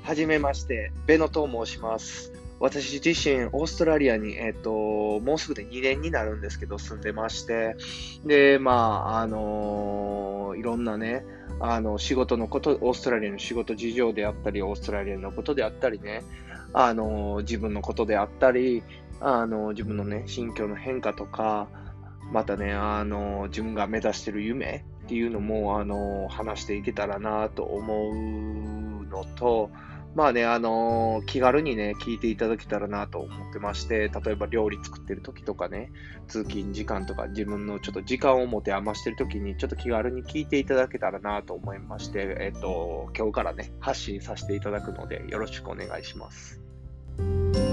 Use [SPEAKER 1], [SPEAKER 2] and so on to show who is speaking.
[SPEAKER 1] はじめまして、ベノと申します。私自身、オーストラリアに、もうすぐで2年になるんですけど、住んでまして、で、いろんなね、仕事のこと、オーストラリアの仕事事情であったり、オーストラリアのことであったりね、自分のことであったり、自分のね、心境の変化とか、またね、自分が目指している夢っていうのも、話していけたらなと思うのと、気軽にね、聞いていただけたらなと思ってまして、例えば料理作ってる時とかね、通勤時間とか自分のちょっと時間を持て余してる時に、ちょっと気軽に聞いていただけたらなと思いまして、今日からね、発信させていただくので、よろしくお願いします。